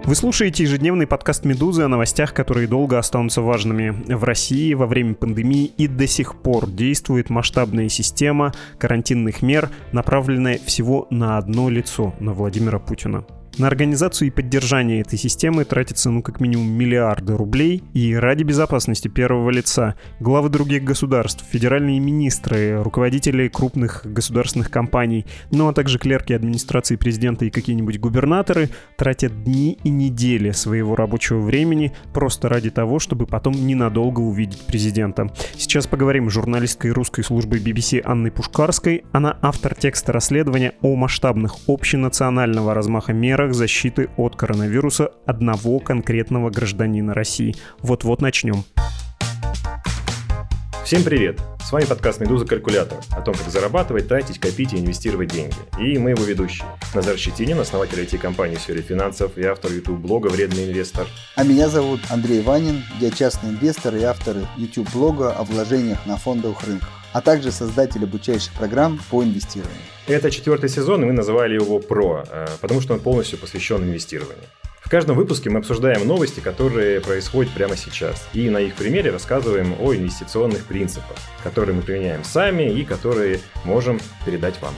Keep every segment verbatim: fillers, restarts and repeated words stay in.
Вы слушаете ежедневный подкаст «Медузы» о новостях, которые долго останутся важными. В России во время пандемии и до сих пор действует масштабная система карантинных мер, направленная всего на одно лицо, на Владимира Путина. На организацию и поддержание этой системы тратится ну как минимум миллиарды рублей, и ради безопасности первого лица главы других государств, федеральные министры, руководители крупных государственных компаний, ну а также клерки администрации президента и какие-нибудь губернаторы тратят дни и недели своего рабочего времени просто ради того, чтобы потом ненадолго увидеть президента. Сейчас поговорим с журналисткой русской службы би би си Анной Пушкарской. Она автор текста расследования о масштабных общенационального размаха мерах защиты от коронавируса одного конкретного гражданина России. Вот-вот начнем. Всем привет! С вами подкаст «Медуза. Калькулятор» о том, как зарабатывать, тратить, копить и инвестировать деньги. И мы его ведущие. Назар Щетинин, основатель ай ти-компании в сфере финансов и автор YouTube-блога «Вредный инвестор». А меня зовут Андрей Ванин, я частный инвестор и автор YouTube-блога о вложениях на фондовых рынках, а также создатель обучающих программ по инвестированию. Это четвертый сезон, и мы называли его «Про», потому что он полностью посвящен инвестированию. В каждом выпуске мы обсуждаем новости, которые происходят прямо сейчас, и на их примере рассказываем о инвестиционных принципах, которые мы применяем сами и которые можем передать вам.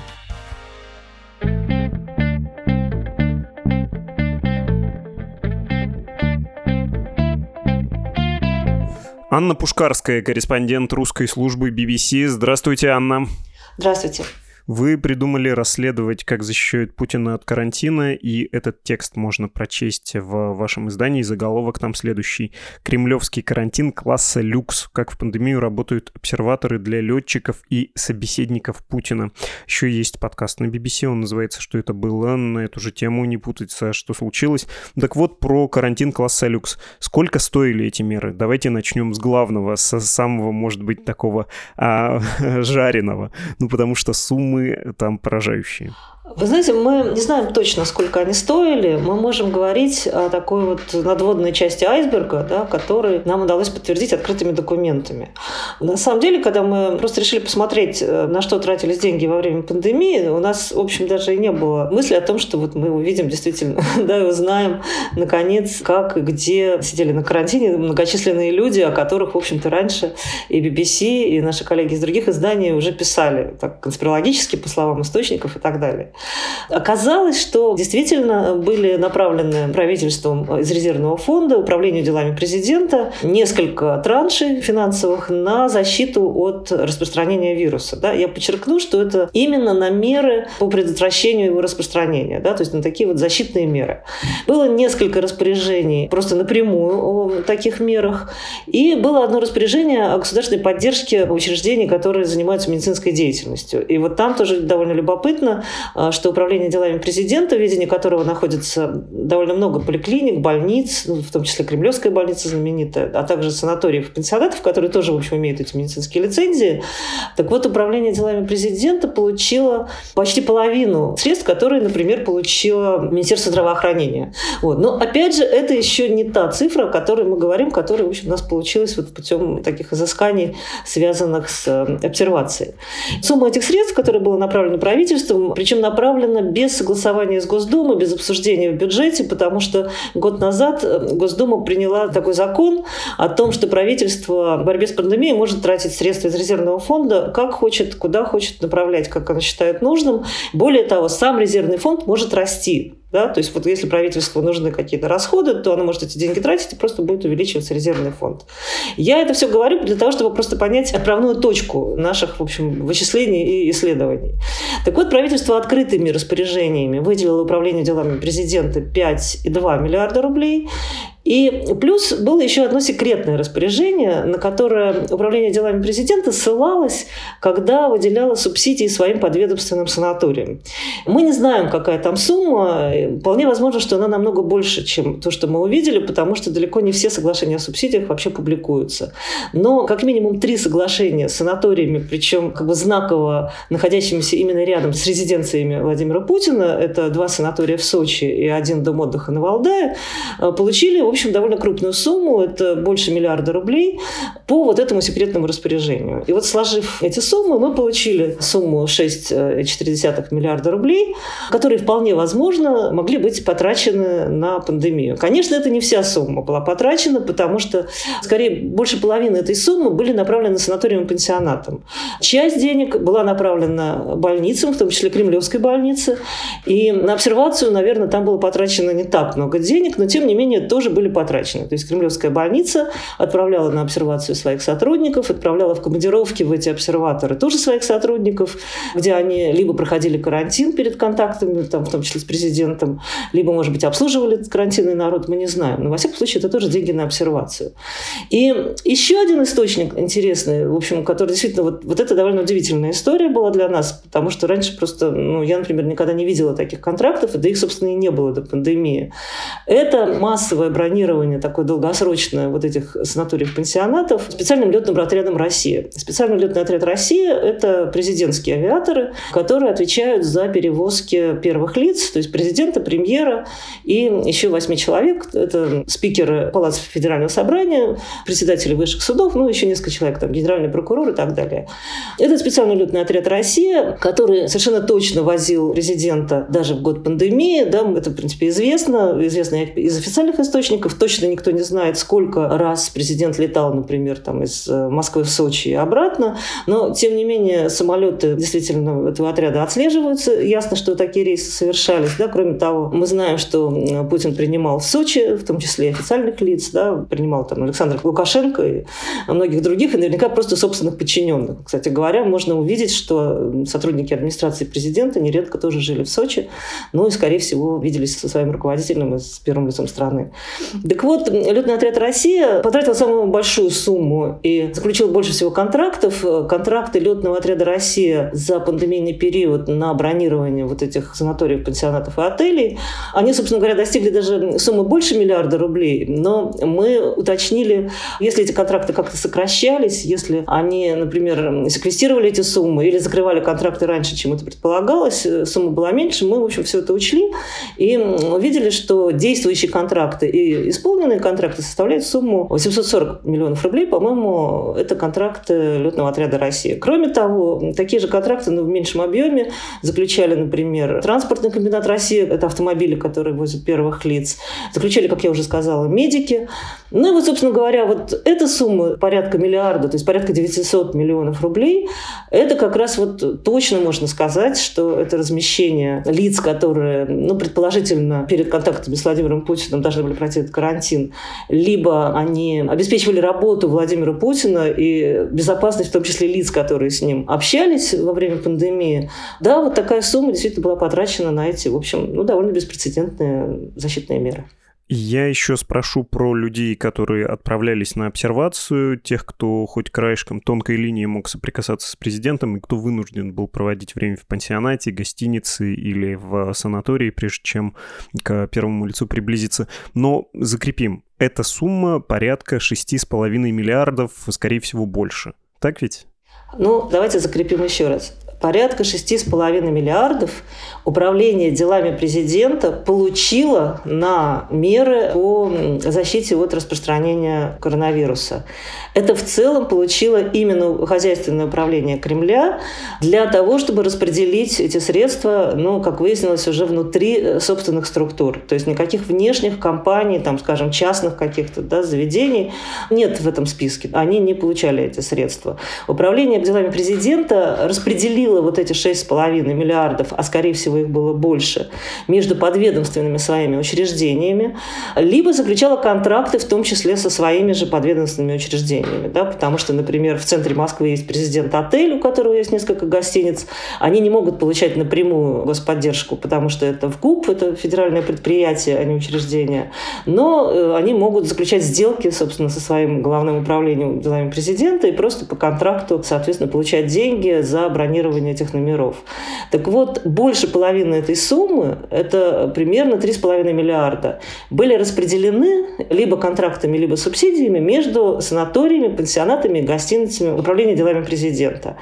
Анна Пушкарская, корреспондент русской службы би би си. Здравствуйте, Анна. Здравствуйте. Вы придумали расследовать, как защищают Путина от карантина, и этот текст можно прочесть в вашем издании. Заголовок там следующий. «Кремлевский карантин класса люкс. Как в пандемию работают обсерваторы для летчиков и собеседников Путина». Еще есть подкаст на би би си, он называется «Что это было?». На эту же тему не путаться, что случилось. Так вот, про карантин класса люкс. Сколько стоили эти меры? Давайте начнем с главного, с самого, может быть, такого а, жареного. Ну, потому что суммы там поражающие. Вы знаете, мы не знаем точно, сколько они стоили. Мы можем говорить о такой вот надводной части айсберга, да, который нам удалось подтвердить открытыми документами. На самом деле, когда мы просто решили посмотреть, на что тратились деньги во время пандемии, у нас, в общем, даже и не было мысли о том, что вот мы увидим действительно, да, и узнаем, наконец, как и где сидели на карантине многочисленные люди, о которых, в общем-то, раньше и би би си, и наши коллеги из других изданий уже писали, так, конспирологически, по словам источников и так далее. Оказалось, что действительно были направлены правительством из резервного фонда, управлению делами президента, несколько траншей финансовых на защиту от распространения вируса. Да? Я подчеркну, что это именно на меры по предотвращению его распространения, да? То есть на такие вот защитные меры. Было несколько распоряжений просто напрямую о таких мерах, и было одно распоряжение о государственной поддержке учреждений, которые занимаются медицинской деятельностью. И вот там тоже довольно любопытно, что управление делами президента, в ведении которого находится довольно много поликлиник, больниц, в том числе Кремлевская больница знаменитая, а также санаториев и пансионатов, которые тоже, в общем, имеют эти медицинские лицензии. Так вот, управление делами президента получило почти половину средств, которые, например, получило Министерство здравоохранения. Вот. Но, опять же, это еще не та цифра, о которой мы говорим, которая, в общем, у нас получилась вот путем таких изысканий, связанных с обсервацией. Сумма этих средств, которая была направлена правительством, причем направлена без согласования с Госдумой, без обсуждения в бюджете, потому что год назад Госдума приняла такой закон о том, что правительство в борьбе с пандемией может тратить средства из резервного фонда как хочет, куда хочет направлять, как оно считает нужным. Более того, сам резервный фонд может расти. Да? То есть вот если правительству нужны какие-то расходы, то оно может эти деньги тратить, и просто будет увеличиваться резервный фонд. Я это все говорю для того, чтобы просто понять отправную точку наших, в общем, вычислений и исследований. Так вот, правительство открытыми распоряжениями выделило управлению делами президента пять целых два десятых миллиарда рублей. И плюс было еще одно секретное распоряжение, на которое управление делами президента ссылалось, когда выделяло субсидии своим подведомственным санаториям. Мы не знаем, какая там сумма. Вполне возможно, что она намного больше, чем то, что мы увидели, потому что далеко не все соглашения о субсидиях вообще публикуются. Но как минимум три соглашения с санаториями, причем как бы знаково находящимися именно рядом с резиденциями Владимира Путина, это два санатория в Сочи и один дом отдыха на Валдае, получили, в общем, общем, довольно крупную сумму, это больше миллиарда рублей, по вот этому секретному распоряжению. И вот сложив эти суммы, мы получили сумму шесть целых четыре десятых миллиарда рублей, которые вполне возможно могли быть потрачены на пандемию. Конечно, это не вся сумма была потрачена, потому что, скорее, больше половины этой суммы были направлены санаториям и пансионатам. Часть денег была направлена больницам, в том числе Кремлевской больнице, и на обсервацию, наверное, там было потрачено не так много денег, но, тем не менее, тоже были потрачены. То есть Кремлевская больница отправляла на обсервацию своих сотрудников, отправляла в командировки в эти обсерваторы тоже своих сотрудников, где они либо проходили карантин перед контактами, там, в том числе с президентом, либо, может быть, обслуживали этот карантинный народ, мы не знаем. Но, во всяком случае, это тоже деньги на обсервацию. И еще один источник интересный, в общем, который действительно, вот, вот это довольно удивительная история была для нас, потому что раньше просто, ну, я, например, никогда не видела таких контрактов, да их, собственно, и не было до пандемии. Это массовое бронирование, такое долгосрочное вот этих санаториев-пансионатов специальным летным отрядом «Россия». Специальный летный отряд «Россия» — это президентские авиаторы, которые отвечают за перевозки первых лиц, то есть президента, премьера и еще восьми человек. Это спикеры Палаты Федерального собрания, председатели высших судов, ну, еще несколько человек, там, генеральный прокурор и так далее. Это специальный летный отряд «Россия», который совершенно точно возил президента даже в год пандемии. Да, это, в принципе, известно, известно из официальных источников. Точно никто не знает, сколько раз президент летал, например, там, из Москвы в Сочи и обратно. Но, тем не менее, самолеты действительно этого отряда отслеживаются. Ясно, что такие рейсы совершались. Да. Кроме того, мы знаем, что Путин принимал в Сочи, в том числе и официальных лиц, да, принимал там Александр Лукашенко и многих других, и наверняка просто собственных подчиненных. Кстати говоря, можно увидеть, что сотрудники администрации президента нередко тоже жили в Сочи, ну и, скорее всего, виделись со своим руководителем и с первым лицом страны. Так вот, летный отряд «Россия» потратил самую большую сумму и заключил больше всего контрактов. Контракты летного отряда «Россия» за пандемийный период на бронирование вот этих санаториев, пансионатов и отелей, они, собственно говоря, достигли даже суммы больше миллиарда рублей, но мы уточнили, если эти контракты как-то сокращались, если они, например, секвестировали эти суммы или закрывали контракты раньше, чем это предполагалось, сумма была меньше, мы, в общем, все это учли и увидели, что действующие контракты и исполненные контракты составляют сумму восемьсот сорок миллионов рублей, по-моему, это контракты летного отряда «Россия». Кроме того, такие же контракты, но в меньшем объеме заключали, например, транспортный комбинат «Россия», это автомобили, которые возят первых лиц, заключали, как я уже сказала, медики. Ну и вот, собственно говоря, вот эта сумма порядка миллиарда, то есть порядка девятьсот миллионов рублей, это как раз вот точно можно сказать, что это размещение лиц, которые, ну, предположительно, перед контактами с Владимиром Путиным должны были пройти этот карантин, либо они обеспечивали работу Владимира Путина и безопасность, в том числе лиц, которые с ним общались во время пандемии. Да, вот такая сумма действительно была потрачена на эти, в общем, ну, довольно беспрецедентные защитные меры. Я еще спрошу про людей, которые отправлялись на обсервацию, тех, кто хоть краешком тонкой линии мог соприкасаться с президентом, и кто вынужден был проводить время в пансионате, гостинице или в санатории, прежде чем к первому лицу приблизиться. Но закрепим, эта сумма порядка шесть с половиной миллиардов, скорее всего, больше. Так ведь? Ну, давайте закрепим еще раз. Порядка шесть с половиной миллиардов управление делами президента получило на меры по защите от распространения коронавируса. Это в целом получило именно хозяйственное управление Кремля для того, чтобы распределить эти средства, ну, как выяснилось, уже внутри собственных структур. То есть никаких внешних компаний, там, скажем, частных каких-то, да, заведений нет в этом списке. Они не получали эти средства. Управление делами президента распределило вот эти шесть с половиной миллиардов, а скорее всего их было больше, между подведомственными своими учреждениями, либо заключало контракты, в том числе со своими же подведомственными учреждениями. Да, потому что, например, в центре Москвы есть президент-отель, у которого есть несколько гостиниц. Они не могут получать напрямую господдержку, потому что это ВГУП, это федеральное предприятие, а не учреждение. Но они могут заключать сделки, собственно, со своим главным управлением делами президента и просто по контракту, соответственно, получать деньги за бронирование обслуживания этих номеров. Так вот, больше половины этой суммы, это примерно три с половиной миллиарда, были распределены либо контрактами, либо субсидиями между санаториями, пансионатами, гостиницами Управления делами президента.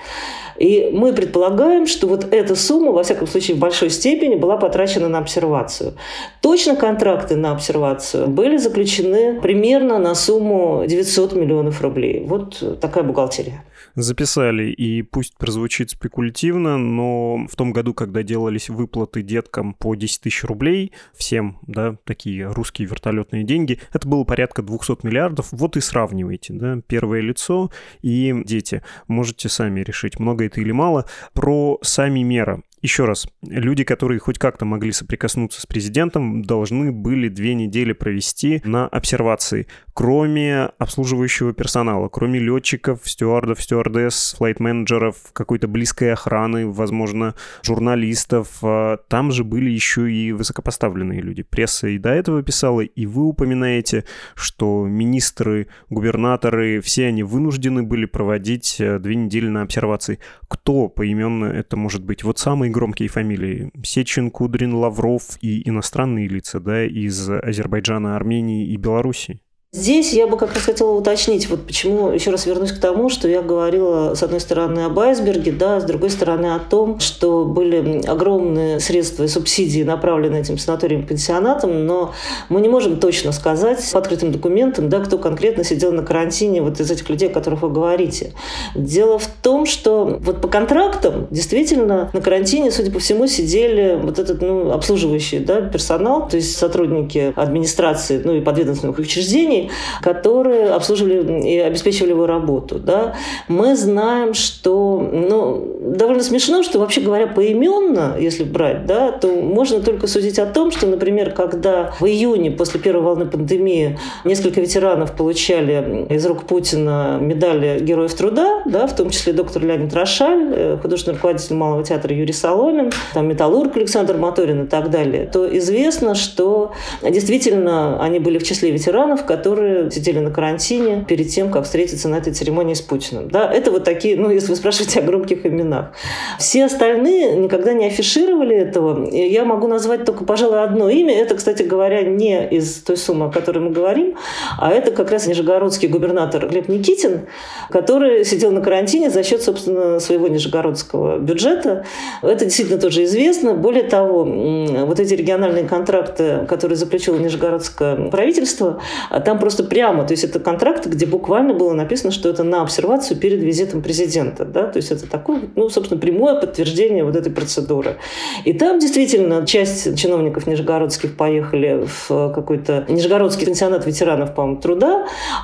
И мы предполагаем, что вот эта сумма, во всяком случае, в большой степени была потрачена на обсервацию. Точно контракты на обсервацию были заключены примерно на сумму девятьсот миллионов рублей. Вот такая бухгалтерия. Записали, и пусть прозвучит спекулятивно, но в том году, когда делались выплаты деткам по десять тысяч рублей, всем, да, такие русские вертолетные деньги, это было порядка двести миллиардов. Вот и сравнивайте, да, первое лицо и дети. Можете сами решить, много это или мало. Про сами меры. Еще раз, люди, которые хоть как-то могли соприкоснуться с президентом, должны были две недели провести на обсервации. Кроме обслуживающего персонала, кроме летчиков, стюардов, стюардесс, флайт-менеджеров, какой-то близкой охраны, возможно, журналистов, там же были еще и высокопоставленные люди. Пресса и до этого писала, и вы упоминаете, что министры, губернаторы, все они вынуждены были проводить две недели на обсервации. Кто поименно это может быть? Вот самые громкие фамилии: Сечин, Кудрин, Лавров и иностранные лица, да, из Азербайджана, Армении и Белоруссии. Здесь я бы как раз хотела уточнить, вот почему, еще раз вернусь к тому, что я говорила, с одной стороны, об айсберге, да, с другой стороны, о том, что были огромные средства и субсидии направлены этим санаториям, пенсионатам, но мы не можем точно сказать по открытым документам, да, кто конкретно сидел на карантине вот из этих людей, о которых вы говорите. Дело в том, что вот по контрактам действительно на карантине, судя по всему, сидели вот этот, ну, обслуживающий, да, персонал, то есть сотрудники администрации, ну, и подведомственных учреждений, которые обслуживали и обеспечивали его работу. Да. Мы знаем, что, ну, довольно смешно, что, вообще говоря, поименно, если брать, да, то можно только судить о том, что, например, когда в июне после первой волны пандемии несколько ветеранов получали из рук Путина медали Героев труда, да, в том числе доктор Леонид Рошаль, художественный руководитель Малого театра Юрий Соломин, там металлург Александр Моторин и так далее, то известно, что действительно они были в числе ветеранов, которые которые сидели на карантине перед тем, как встретиться на этой церемонии с Путиным. Да, это вот такие, ну, если вы спрашиваете о громких именах. Все остальные никогда не афишировали этого. И я могу назвать только, пожалуй, одно имя. Это, кстати говоря, не из той суммы, о которой мы говорим, а это как раз нижегородский губернатор Глеб Никитин, который сидел на карантине за счет, собственно, своего нижегородского бюджета. Это действительно тоже известно. Более того, вот эти региональные контракты, которые заключило нижегородское правительство, там просто прямо, то есть это контракты, где буквально было написано, что это на обсервацию перед визитом президента, да, то есть это такое, ну, собственно, прямое подтверждение вот этой процедуры. И там действительно часть чиновников нижегородских поехали в какой-то нижегородский пенсионат ветеранов, по-моему, труда,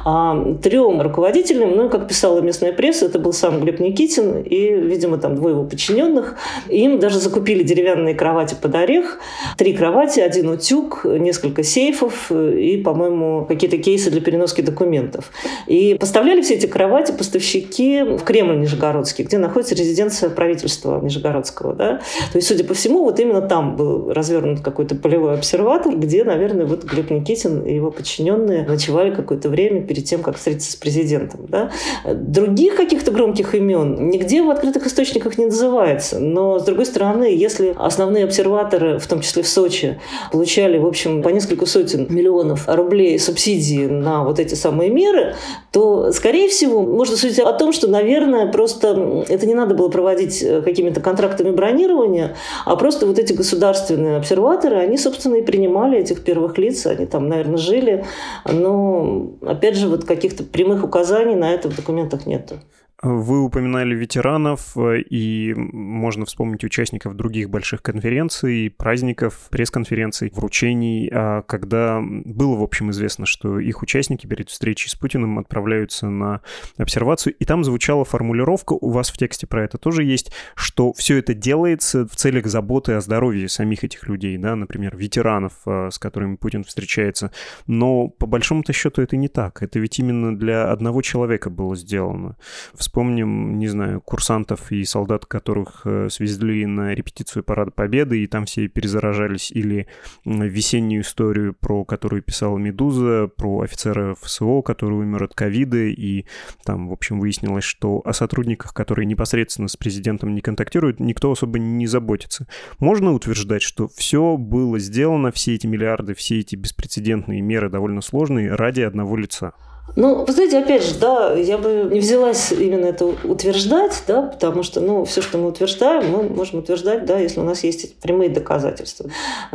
а трем руководителям, ну, как писала местная пресса, это был сам Глеб Никитин и, видимо, там двое его подчиненных, им даже закупили деревянные кровати под орех, три кровати, один утюг, несколько сейфов и, по-моему, какие-то кейсы для переноски документов. И поставляли все эти кровати поставщики в Кремль Нижегородский, где находится резиденция правительства Нижегородского. Да? То есть, судя по всему, вот именно там был развернут какой-то полевой обсерватор, где, наверное, вот Глеб Никитин и его подчиненные ночевали какое-то время перед тем, как встретиться с президентом. Да? Других каких-то громких имен нигде в открытых источниках не называется. Но, с другой стороны, если основные обсерваторы, в том числе в Сочи, получали, в общем, по несколько сотен миллионов рублей субсидий на вот эти самые меры, то, скорее всего, можно судить о том, что, наверное, просто это не надо было проводить какими-то контрактами бронирования, а просто вот эти государственные обсерваторы, они, собственно, и принимали этих первых лиц, они там, наверное, жили, но, опять же, вот каких-то прямых указаний на это в документах нет. Вы упоминали ветеранов, и можно вспомнить участников других больших конференций, праздников, пресс-конференций, вручений, когда было, в общем, известно, что их участники перед встречей с Путиным отправляются на обсервацию, и там звучала формулировка, у вас в тексте про это тоже есть, что все это делается в целях заботы о здоровье самих этих людей, да, например, ветеранов, с которыми Путин встречается. Но по большому-то счету это не так. Это ведь именно для одного человека было сделано. В Вспомним, не знаю, курсантов и солдат, которых свезли на репетицию Парада Победы, и там все перезаражались, или весеннюю историю, про которую писала «Медуза», про офицера эф эс о, который умер от ковида, и там, в общем, выяснилось, что о сотрудниках, которые непосредственно с президентом не контактируют, никто особо не заботится. Можно утверждать, что все было сделано, все эти миллиарды, все эти беспрецедентные меры, довольно сложные, ради одного лица? Ну, вы знаете, опять же, да, я бы не взялась именно это утверждать, да, потому что, ну, все, что мы утверждаем, мы можем утверждать, да, если у нас есть прямые доказательства.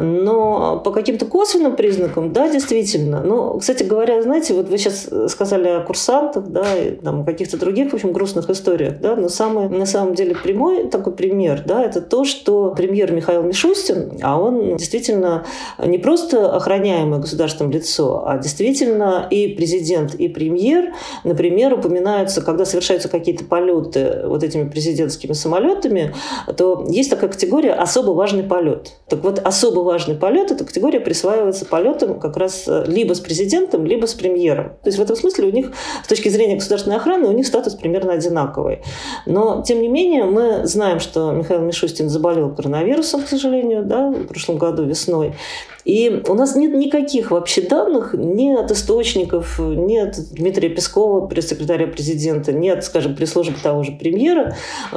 Но по каким-то косвенным признакам, да, действительно. Ну, кстати говоря, знаете, вот вы сейчас сказали о курсантах, да, и там, о каких-то других, в общем, грустных историях, да, но самый, на самом деле, прямой такой пример, да, это то, что премьер Михаил Мишустин, а он действительно не просто охраняемое государством лицо, а действительно и президент, и премьер, например, упоминаются, когда совершаются какие-то полеты вот этими президентскими самолетами, то есть такая категория «особо важный полет». Так вот, особо важный полет, эта категория присваивается полетам как раз либо с президентом, либо с премьером. То есть в этом смысле у них, с точки зрения государственной охраны, у них статус примерно одинаковый. Но, тем не менее, мы знаем, что Михаил Мишустин заболел коронавирусом, к сожалению, да, в прошлом году весной. И у нас нет никаких вообще данных ни от источников, ни от Дмитрия Пескова, пресс-секретаря президента, ни от, скажем, пресс-службы того же премьера,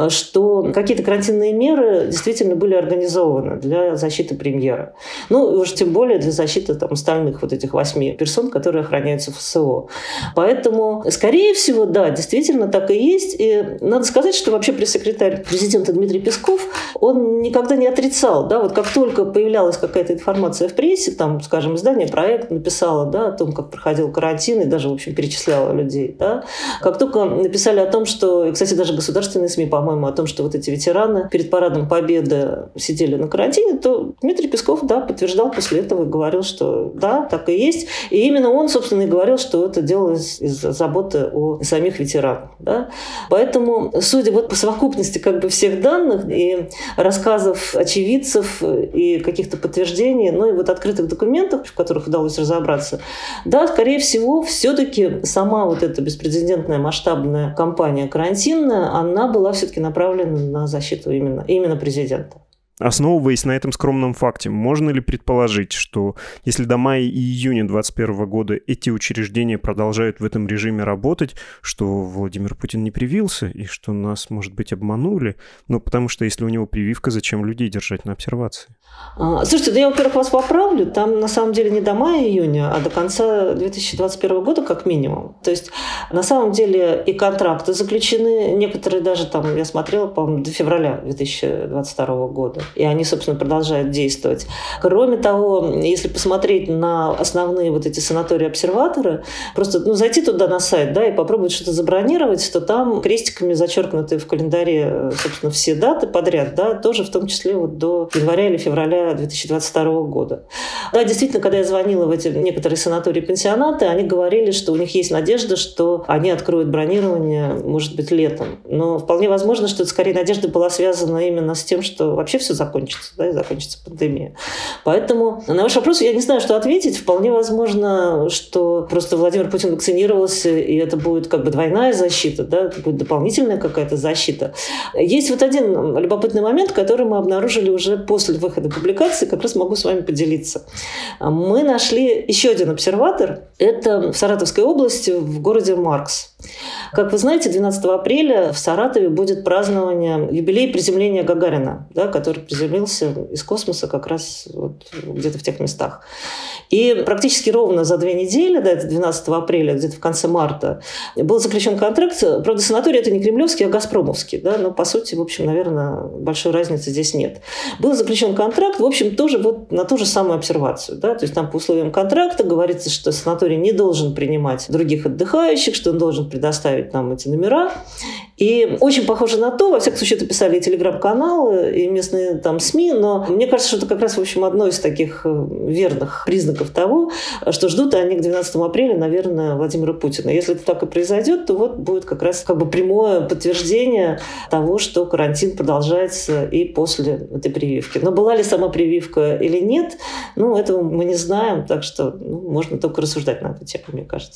что какие-то карантинные меры действительно были организованы для защиты премьера. Ну, и уж тем более для защиты там, остальных вот этих восьми персон, которые охраняются в эф эс о. Поэтому, скорее всего, да, действительно так и есть. И надо сказать, что вообще пресс-секретарь президента Дмитрий Песков, он никогда не отрицал, да, вот как только появлялась какая-то информация в прессе, там, скажем, издание «Проект» написало, да, о том, как проходил карантин, и даже, в общем, перечисляло людей, да. Как только написали о том, что, и, кстати, даже государственные СМИ, по-моему, о том, что вот эти ветераны перед Парадом Победы сидели на карантине, то Дмитрий Песков, да, подтверждал после этого и говорил, что да, так и есть. И именно он, собственно, и говорил, что это делалось из заботы о самих ветеранах, да. Поэтому, судя вот по совокупности как бы всех данных и рассказов очевидцев и каких-то подтверждений, ну и вот открытых документов, в которых удалось разобраться, да, скорее всего, все-таки сама вот эта беспрецедентная масштабная кампания карантинная, она была все-таки направлена на защиту именно, именно президента. Основываясь на этом скромном факте, можно ли предположить, что если до мая и июня двадцать первого года эти учреждения продолжают в этом режиме работать, что Владимир Путин не привился и что нас, может быть, обманули? Ну, потому что если у него прививка, зачем людей держать на обсервации? А, слушайте, да я, во-первых, вас поправлю. Там, на самом деле, не до мая-июня, а до конца две тысячи двадцать первого года, как минимум. То есть, на самом деле, и контракты заключены, некоторые даже там, я смотрела, по-моему, до февраля две тысячи двадцать второго года. И они, собственно, продолжают действовать. Кроме того, если посмотреть на основные вот эти санатории-обсерваторы, просто ну, зайти туда на сайт, да, и попробовать что-то забронировать, то там крестиками зачеркнуты в календаре, собственно, все даты подряд, да, тоже в том числе вот до января или февраля две тысячи двадцать второго года. Да, действительно, когда я звонила в эти некоторые санатории-пансионаты, они говорили, что у них есть надежда, что они откроют бронирование, может быть, летом. Но вполне возможно, что это скорее надежда была связана именно с тем, что вообще все закончится, да, и закончится пандемия. Поэтому на ваш вопрос я не знаю, что ответить. Вполне возможно, что просто Владимир Путин вакцинировался, и это будет как бы двойная защита, да, это будет дополнительная какая-то защита. Есть вот один любопытный момент, который мы обнаружили уже после выхода публикации, как раз могу с вами поделиться. Мы нашли еще один обсерватор. Это в Саратовской области, в городе Маркс. Как вы знаете, двенадцатого апреля в Саратове будет празднование юбилей приземления Гагарина, да, который приземлился из космоса как раз вот где-то в тех местах. И практически ровно за две недели, да, это двенадцатого апреля, где-то в конце марта, был заключен контракт. Правда, санаторий это не кремлевский, а газпромовский, да, но по сути, в общем, наверное, большой разницы здесь нет. Был заключен контракт, в общем, тоже вот на ту же самую обсервацию, да, то есть там по условиям контракта говорится, что санаторий не должен принимать других отдыхающих, что он должен предоставить нам эти номера. И очень похоже на то, во всяком случае, это писали и телеграм-каналы, и местные там СМИ, но мне кажется, что это как раз, в общем, одно из таких верных признаков того, что ждут они к двенадцатому апреля, наверное, Владимира Путина. Если это так и произойдет, то вот будет как раз как бы прямое подтверждение того, что карантин продолжается и после этой прививки. Но была ли сама прививка или нет, ну, этого мы не знаем, так что ну, можно только рассуждать на эту тему, мне кажется.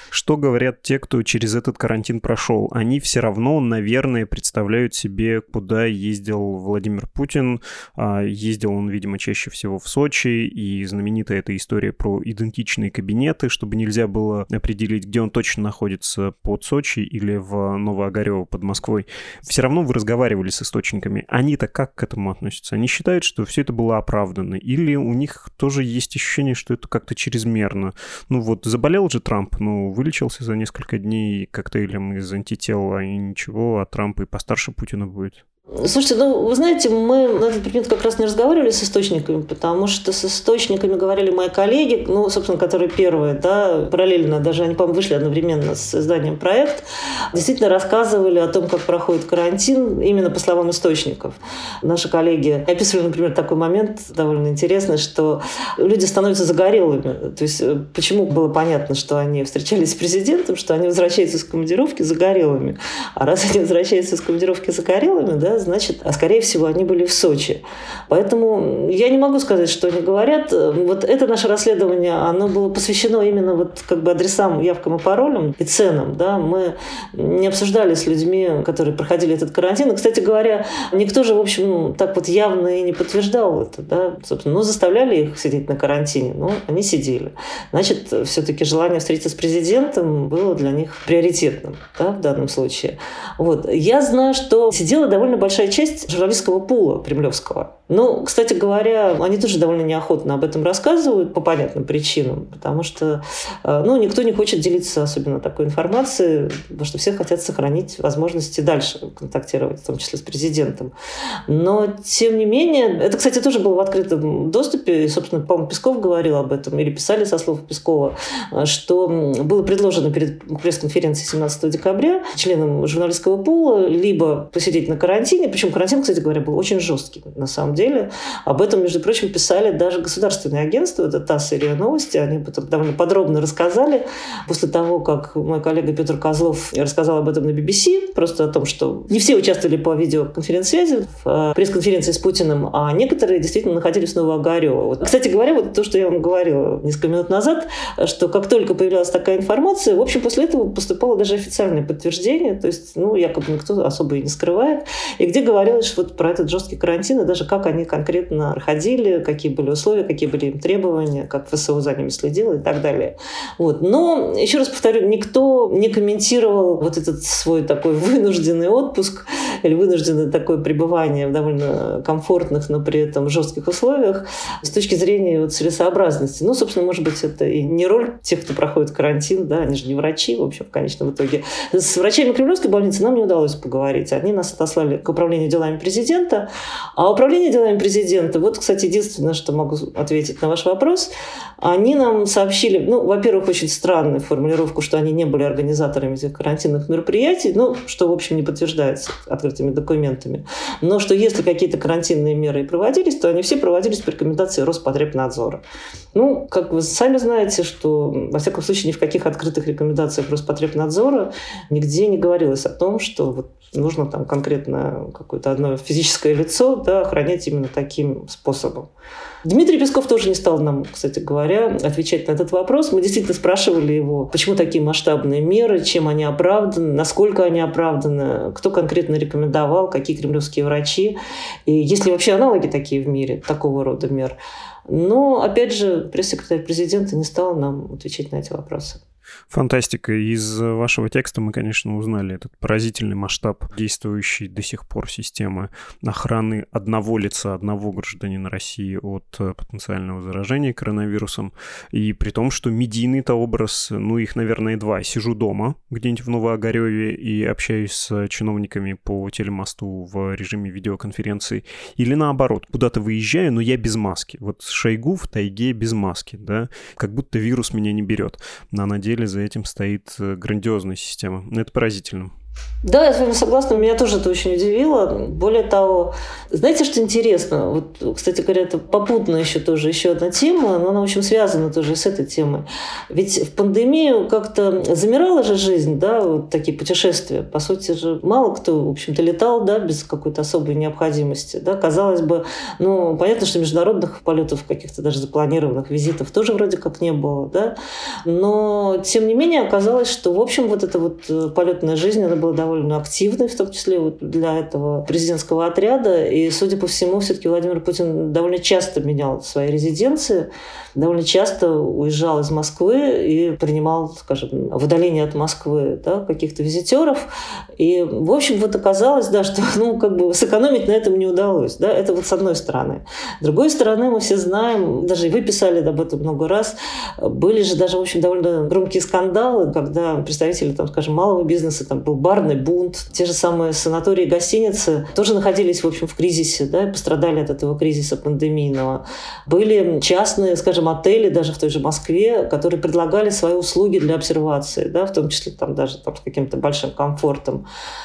Что говорят те, кто через этот карантин прошел? Они все равно, наверное, представляют себе, куда ездил Владимир Путин. Ездил он, видимо, чаще всего в Сочи, и знаменитая эта история про идентичные кабинеты, чтобы нельзя было определить, где он точно находится, под Сочи или в Новоогарево под Москвой. Все равно вы разговаривали с источниками. Они-то как к этому относятся? Они считают, что все это было оправдано? Или у них тоже есть ощущение, что это как-то чрезмерно? Ну вот, заболел же Трамп, ну, вылечился за несколько дней коктейлем из антитела, и ничего, а Трамп и постарше Путина будет. Слушайте, ну, вы знаете, мы на этот предмет как раз не разговаривали с источниками, потому что с источниками говорили мои коллеги, ну, собственно, которые первые, да, параллельно, даже они, по-моему, вышли одновременно с изданием «Проект», действительно рассказывали о том, как проходит карантин, именно по словам источников. Наши коллеги описывали, например, такой момент довольно интересный, что люди становятся загорелыми. То есть почему было понятно, что они встречались с президентом, что они возвращаются из командировки загорелыми. А раз они возвращаются из командировки загорелыми, да, значит, а скорее всего, они были в Сочи. Поэтому я не могу сказать, что они говорят. Вот это наше расследование, оно было посвящено именно вот как бы адресам, явкам и паролям и ценам. Да. Мы не обсуждали с людьми, которые проходили этот карантин. И, кстати говоря, никто же, в общем, так вот явно и не подтверждал это. Да. Собственно, ну, заставляли их сидеть на карантине, но они сидели. Значит, все-таки желание встретиться с президентом было для них приоритетным, да, в данном случае. Вот. Я знаю, что сидела довольно большая большая часть журналистского пула кремлевского. Ну, кстати говоря, они тоже довольно неохотно об этом рассказывают по понятным причинам, потому что ну, никто не хочет делиться особенно такой информацией, потому что все хотят сохранить возможности дальше контактировать, в том числе с президентом. Но, тем не менее, это, кстати, тоже было в открытом доступе, и, собственно, по-моему, Песков говорил об этом, или писали со слов Пескова, что было предложено перед пресс-конференцией семнадцатого декабря членам журналистского пула либо посидеть на карантине, причем карантин, кстати говоря, был очень жесткий, на самом деле. Об этом, между прочим, писали даже государственные агентства, это ТАСС и РИА Новости, они об этом довольно подробно рассказали. После того, как мой коллега Петр Козлов рассказал об этом на би би си, просто о том, что не все участвовали по видеоконференц-связи в пресс-конференции с Путиным, а некоторые действительно находились в Новоогарево. Вот. Кстати говоря, вот то, что я вам говорила несколько минут назад, что как только появлялась такая информация, в общем, после этого поступало даже официальное подтверждение, то есть, ну, якобы никто особо и не скрывает, и где говорилось что вот про этот жесткий карантин, и даже как они конкретно проходили, какие были условия, какие были им требования, как ФСО за ними следило и так далее. Вот. Но, еще раз повторю, никто не комментировал вот этот свой такой вынужденный отпуск или вынужденное такое пребывание в довольно комфортных, но при этом жестких условиях с точки зрения вот целесообразности. Ну, собственно, может быть, это и не роль тех, кто проходит карантин, да, они же не врачи, в общем, в конечном итоге. С врачами Кремлевской больницы нам не удалось поговорить. Они нас отослали к управлению делами президента, а управление делами президента, вот, кстати, единственное, что могу ответить на ваш вопрос, они нам сообщили, ну, во-первых, очень странную формулировку, что они не были организаторами этих карантинных мероприятий, ну, что, в общем, не подтверждается открытыми документами, но что если какие-то карантинные меры и проводились, то они все проводились по рекомендации Роспотребнадзора. Ну, как вы сами знаете, что, во всяком случае, ни в каких открытых рекомендациях Роспотребнадзора нигде не говорилось о том, что вот нужно там конкретно какое-то одно физическое лицо, да, охранять именно таким способом. Дмитрий Песков тоже не стал нам, кстати говоря, отвечать на этот вопрос. Мы действительно спрашивали его, почему такие масштабные меры, чем они оправданы, насколько они оправданы, кто конкретно рекомендовал, какие кремлевские врачи, и есть ли вообще аналоги такие в мире, такого рода мер. Но, опять же, пресс-секретарь президента не стал нам отвечать на эти вопросы. Фантастика. Из вашего текста мы, конечно, узнали этот поразительный масштаб действующей до сих пор системы охраны одного лица, одного гражданина России от потенциального заражения коронавирусом. И при том, что медийный-то образ, ну, их, наверное, два. Сижу дома где-нибудь в Новоогареве и общаюсь с чиновниками по телемосту в режиме видеоконференции. Или наоборот, куда-то выезжаю, но я без маски. Вот Шойгу в тайге без маски, да, как будто вирус меня не берет. Но на деле за этим стоит грандиозная система. Это поразительно. Да, я с вами согласна, меня тоже это очень удивило. Более того, знаете, что интересно? Вот, кстати говоря, это попутно еще тоже еще одна тема, но она, в общем, связана тоже с этой темой. Ведь в пандемию как-то замирала же жизнь, да, вот такие путешествия. По сути же, мало кто, в общем-то, летал, да, без какой-то особой необходимости, да. Казалось бы, ну, понятно, что международных полетов, каких-то даже запланированных визитов тоже вроде как не было, да. Но, тем не менее, оказалось, что, в общем, вот эта вот полетная жизнь, она была довольно довольно активной, в том числе вот для этого президентского отряда. И, судя по всему, все-таки Владимир Путин довольно часто менял свои резиденции, довольно часто уезжал из Москвы и принимал, скажем, в удалении от Москвы, да, каких-то визитеров. И, в общем, вот оказалось, да, что ну, как бы сэкономить на этом не удалось. Да, это вот с одной стороны. С другой стороны, мы все знаем, даже и вы писали об этом много раз, были же даже, в общем, довольно громкие скандалы, когда представители, там, скажем, малого бизнеса, там был барный бунт, те же самые санатории и гостиницы тоже находились, в общем, в кризисе, да, и пострадали от этого кризиса пандемийного. Были частные, скажем, отели, даже в той же Москве, которые предлагали свои услуги для обсервации, да, в том числе там, даже там, с каким-то большим комфортом.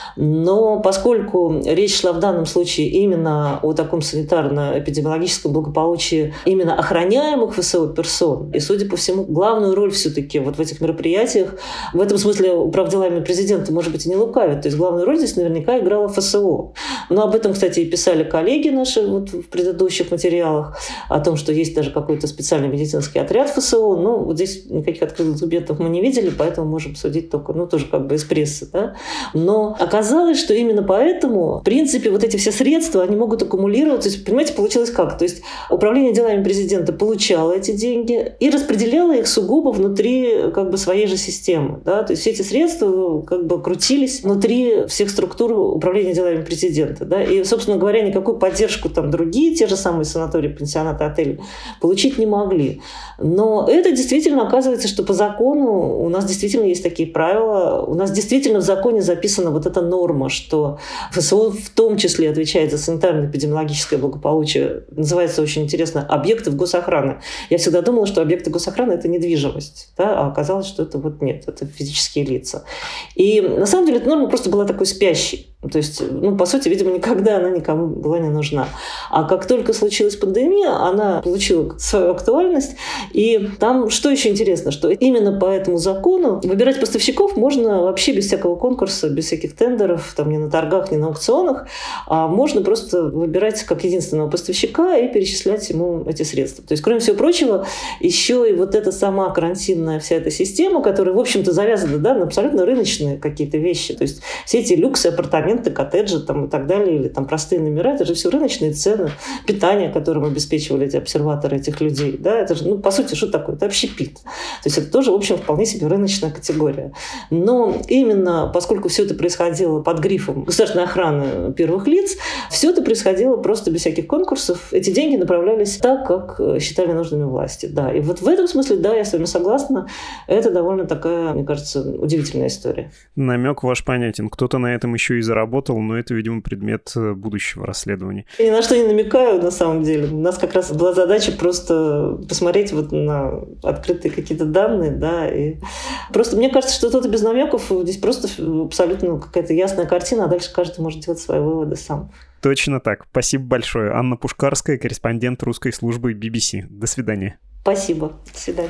Но поскольку речь шла в данном случае именно о таком санитарно-эпидемиологическом благополучии именно охраняемых ВСО персон, и, судя по всему, главную роль все-таки вот в этих мероприятиях, в этом смысле управделами президента, может быть, и не лукавит, то есть главную роль здесь наверняка играла ФСО. Но об этом, кстати, и писали коллеги наши вот в предыдущих материалах, о том, что есть даже какой-то специальный медицинский отряд ФСО. Ну, вот здесь никаких открытых документов мы не видели, поэтому можем судить только, ну, тоже как бы из прессы, да. Но оказалось, что именно поэтому, в принципе, вот эти все средства, они могут аккумулироваться. То есть, понимаете, получилось как? То есть управление делами президента получало эти деньги и распределяло их сугубо внутри как бы своей же системы, да. То есть все эти средства как бы крутились внутри всех структур управления делами президента, да. И, собственно говоря, никакую поддержку там другие, те же самые санатории, пансионаты, отели получить не могли. Но это действительно оказывается, что по закону у нас действительно есть такие правила, у нас действительно в законе записана вот эта норма, что ФСО в том числе отвечает за санитарно-эпидемиологическое благополучие. Называется очень интересно «объектов госохраны». Я всегда думала, что объекты госохраны – это недвижимость, да? А оказалось, что это вот нет, это физические лица. И на самом деле эта норма просто была такой спящей. То есть, ну, по сути, видимо, никогда она никому была не нужна. А как только случилась пандемия, она получила свою актуальность. И там что еще интересно, что именно по этому закону выбирать поставщиков можно вообще без всякого конкурса, без всяких тендеров, там, ни на торгах, ни на аукционах, а можно просто выбирать как единственного поставщика и перечислять ему эти средства. То есть, кроме всего прочего, еще и вот эта сама карантинная вся эта система, которая, в общем-то, завязана, да, на абсолютно рыночные какие-то вещи. То есть все эти люксы, апартаменты, коттеджи там, и так далее, или там простые номера, это же все рыночные цены, питание, которым обеспечивали эти обсерваторы этих людей. Да, это же, ну, по сути, что такое? Это общепит. То есть это тоже, в общем, вполне себе рыночная категория. Но именно поскольку все это происходило под грифом государственной охраны первых лиц, все это происходило просто без всяких конкурсов. Эти деньги направлялись так, как считали нужными власти. Да. И вот в этом смысле, да, я с вами согласна, это довольно такая, мне кажется, удивительная история. Намек ваш понятен. Кто-то на этом еще и заработал. Работал, но это, видимо, предмет будущего расследования. Я ни на что не намекаю, на самом деле. У нас как раз была задача просто посмотреть вот на открытые какие-то данные, да, и просто мне кажется, что тут без намеков здесь просто абсолютно какая-то ясная картина, а дальше каждый может делать свои выводы сам. Точно так. Спасибо большое. Анна Пушкарская, корреспондент русской службы би би си. До свидания. Спасибо. До свидания.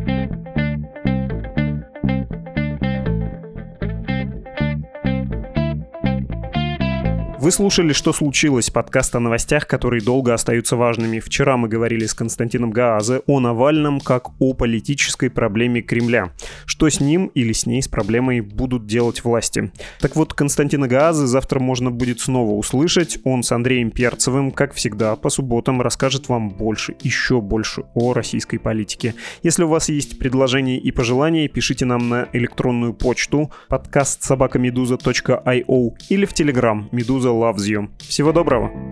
Вы слушали «Что случилось?» подкаст о новостях, которые долго остаются важными. Вчера мы говорили с Константином Гааззе о Навальном как о политической проблеме Кремля. Что с ним или с ней, с проблемой, будут делать власти? Так вот, Константина Гааззе завтра можно будет снова услышать. Он с Андреем Перцевым, как всегда, по субботам расскажет вам больше, еще больше о российской политике. Если у вас есть предложения и пожелания, пишите нам на электронную почту подкаст собака медуза точка ай о или в Телеграм «Медуза loves you». Всего доброго!